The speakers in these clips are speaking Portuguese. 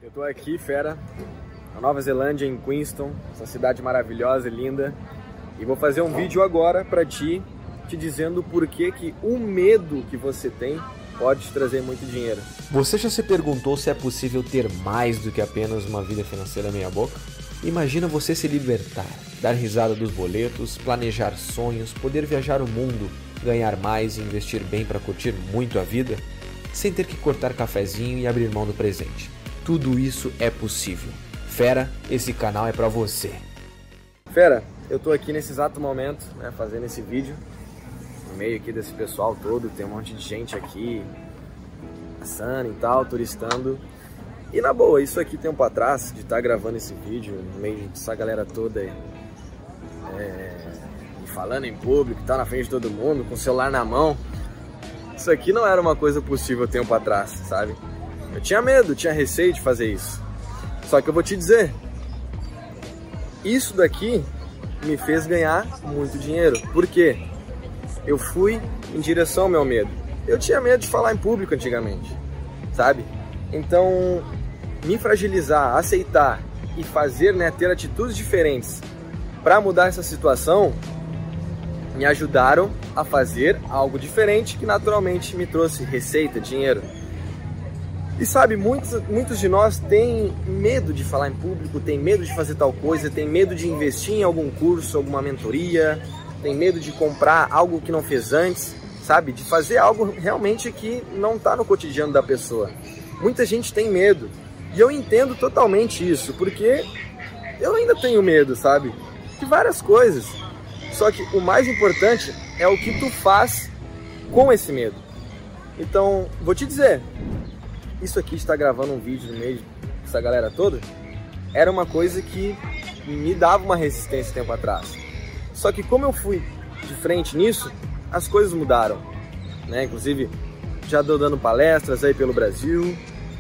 Eu tô aqui, fera, na Nova Zelândia, em Queenstown, essa cidade maravilhosa e linda. E vou fazer um vídeo agora pra te dizendo por que o medo que você tem pode te trazer muito dinheiro. Você já se perguntou se é possível ter mais do que apenas uma vida financeira meia boca? Imagina você se libertar, dar risada dos boletos, planejar sonhos, poder viajar o mundo, ganhar mais e investir bem para curtir muito a vida, sem ter que cortar cafezinho e abrir mão do presente. Tudo isso é possível. Fera, esse canal é pra você. Fera, eu tô aqui nesse exato momento, né, fazendo esse vídeo, no meio aqui desse pessoal todo, tem um monte de gente aqui, passando e tal, turistando. E na boa, isso aqui tempo atrás, de estar gravando esse vídeo, no meio dessa galera toda e falando em público, tá na frente de todo mundo, com o celular na mão, isso aqui não era uma coisa possível tempo atrás, sabe? Eu tinha medo, tinha receio de fazer isso. Só que eu vou te dizer, isso daqui me fez ganhar muito dinheiro. Por quê? Eu fui em direção ao meu medo. Eu tinha medo de falar em público antigamente, sabe? Então, me fragilizar, aceitar e fazer, né, ter atitudes diferentes para mudar essa situação, me ajudaram a fazer algo diferente que naturalmente me trouxe receita, dinheiro. E sabe, muitos de nós têm medo de falar em público, têm medo de fazer tal coisa, têm medo de investir em algum curso, alguma mentoria, tem medo de comprar algo que não fez antes, sabe? De fazer algo realmente que não está no cotidiano da pessoa. Muita gente tem medo. E eu entendo totalmente isso, porque eu ainda tenho medo, sabe? De várias coisas. Só que o mais importante é o que tu faz com esse medo. Então, vou te dizer, isso aqui está gravando um vídeo no meio dessa galera toda, era uma coisa que me dava uma resistência tempo atrás. Só que como eu fui de frente nisso, as coisas mudaram, né? Inclusive, já estou dando palestras aí pelo Brasil,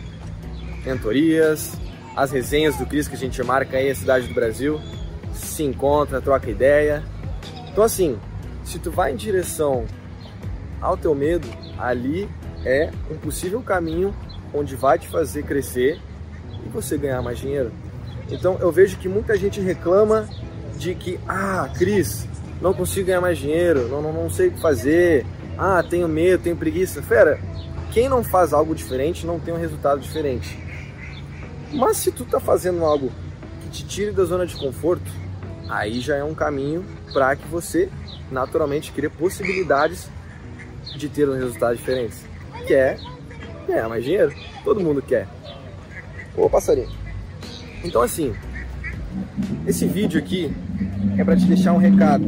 mentorias, as resenhas do Cris que a gente marca aí a cidade do Brasil, se encontra, troca ideia. Então assim, se tu vai em direção ao teu medo, ali é um possível caminho onde vai te fazer crescer e você ganhar mais dinheiro. Então eu vejo que muita gente reclama de que, Cris, não consigo ganhar mais dinheiro, não sei o que fazer, tenho medo, tenho preguiça. Fera, quem não faz algo diferente não tem um resultado diferente. Mas se tu tá fazendo algo que te tire da zona de conforto, aí já é um caminho para que você naturalmente crie possibilidades de ter um resultado diferente, que é ganhar mais dinheiro. Todo mundo quer. Ô, passarinho. Então assim, esse vídeo aqui é para te deixar um recado.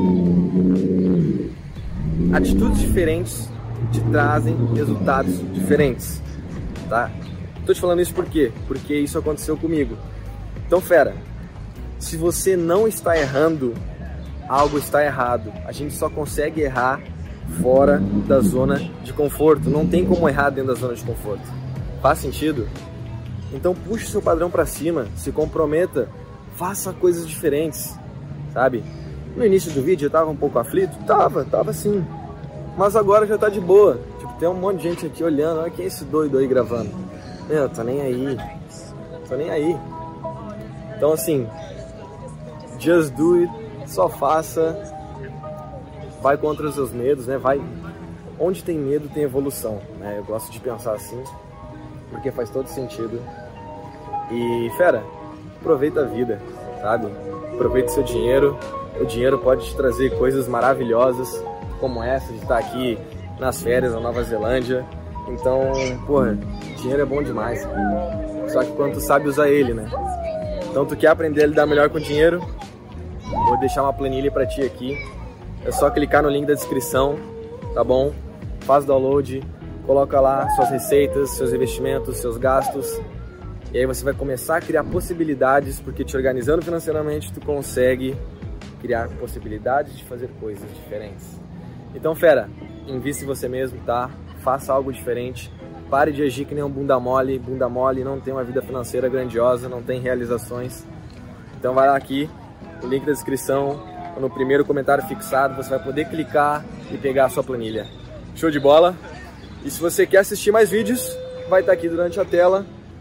Atitudes diferentes te trazem resultados diferentes, tá? Tô te falando isso por quê? Porque isso aconteceu comigo. Então, fera, se você não está errando, algo está errado. A gente só consegue errar fora da zona de conforto. Não tem como errar dentro da zona de conforto. Faz sentido? Então puxe seu padrão para cima, se comprometa, faça coisas diferentes, sabe? No início do vídeo eu tava um pouco aflito? Tava sim. Mas agora já tá de boa. Tipo, tem um monte de gente aqui olhando, olha quem é esse doido aí gravando. Meu, tô nem aí. Tô nem aí. Então assim, just do it, só faça. Vai contra os seus medos, né? Vai. Onde tem medo tem evolução, né? Eu gosto de pensar assim, porque faz todo sentido. E, fera, aproveita a vida, sabe? Aproveita o seu dinheiro. O dinheiro pode te trazer coisas maravilhosas, como essa de estar aqui nas férias na Nova Zelândia. Então, porra, dinheiro é bom demais. Só que quando tu sabe usar ele, né? Então, tu quer aprender a lidar melhor com o dinheiro? Vou deixar uma planilha pra ti aqui. É só clicar no link da descrição, tá bom? Faz o download, coloca lá suas receitas, seus investimentos, seus gastos. E aí você vai começar a criar possibilidades, porque te organizando financeiramente, tu consegue criar possibilidades de fazer coisas diferentes. Então, fera, invista em você mesmo, tá? Faça algo diferente. Pare de agir que nem um bunda mole. Bunda mole não tem uma vida financeira grandiosa, não tem realizações. Então vai lá aqui, o link da descrição, no primeiro comentário fixado, você vai poder clicar e pegar a sua planilha. Show de bola? E se você quer assistir mais vídeos, vai estar aqui durante a tela.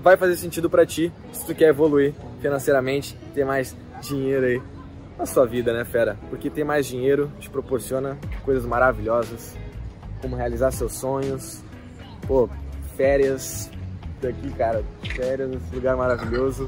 vai fazer sentido pra ti se tu quer evoluir financeiramente, ter mais dinheiro aí na sua vida, né, fera? Porque ter mais dinheiro te proporciona coisas maravilhosas, como realizar seus sonhos, pô, férias daqui, cara, férias nesse lugar maravilhoso.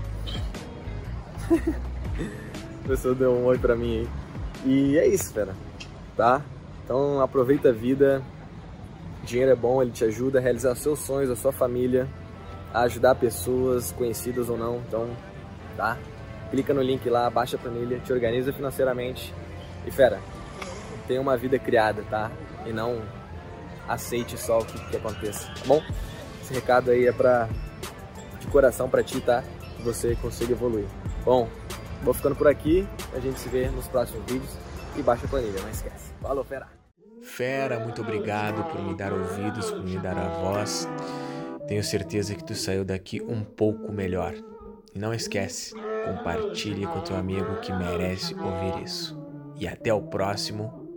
A pessoa deu um oi pra mim aí. E é isso, fera, tá? Então aproveita a vida, dinheiro é bom, ele te ajuda a realizar seus sonhos, a sua família, a ajudar pessoas, conhecidas ou não, então, tá? Clica no link lá, baixa a planilha, te organiza financeiramente e, fera, tenha uma vida criada, tá? E não aceite só o que aconteça, tá bom? Esse recado aí é de coração pra ti, tá? Que você consiga evoluir. Bom, vou ficando por aqui, a gente se vê nos próximos vídeos e baixa a planilha, não esquece. Falou, fera! Fera, muito obrigado por me dar ouvidos, por me dar a voz. Tenho certeza que tu saiu daqui um pouco melhor. E não esquece, compartilhe com teu amigo que merece ouvir isso. E até o próximo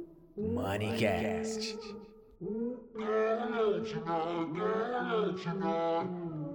MoneyCast.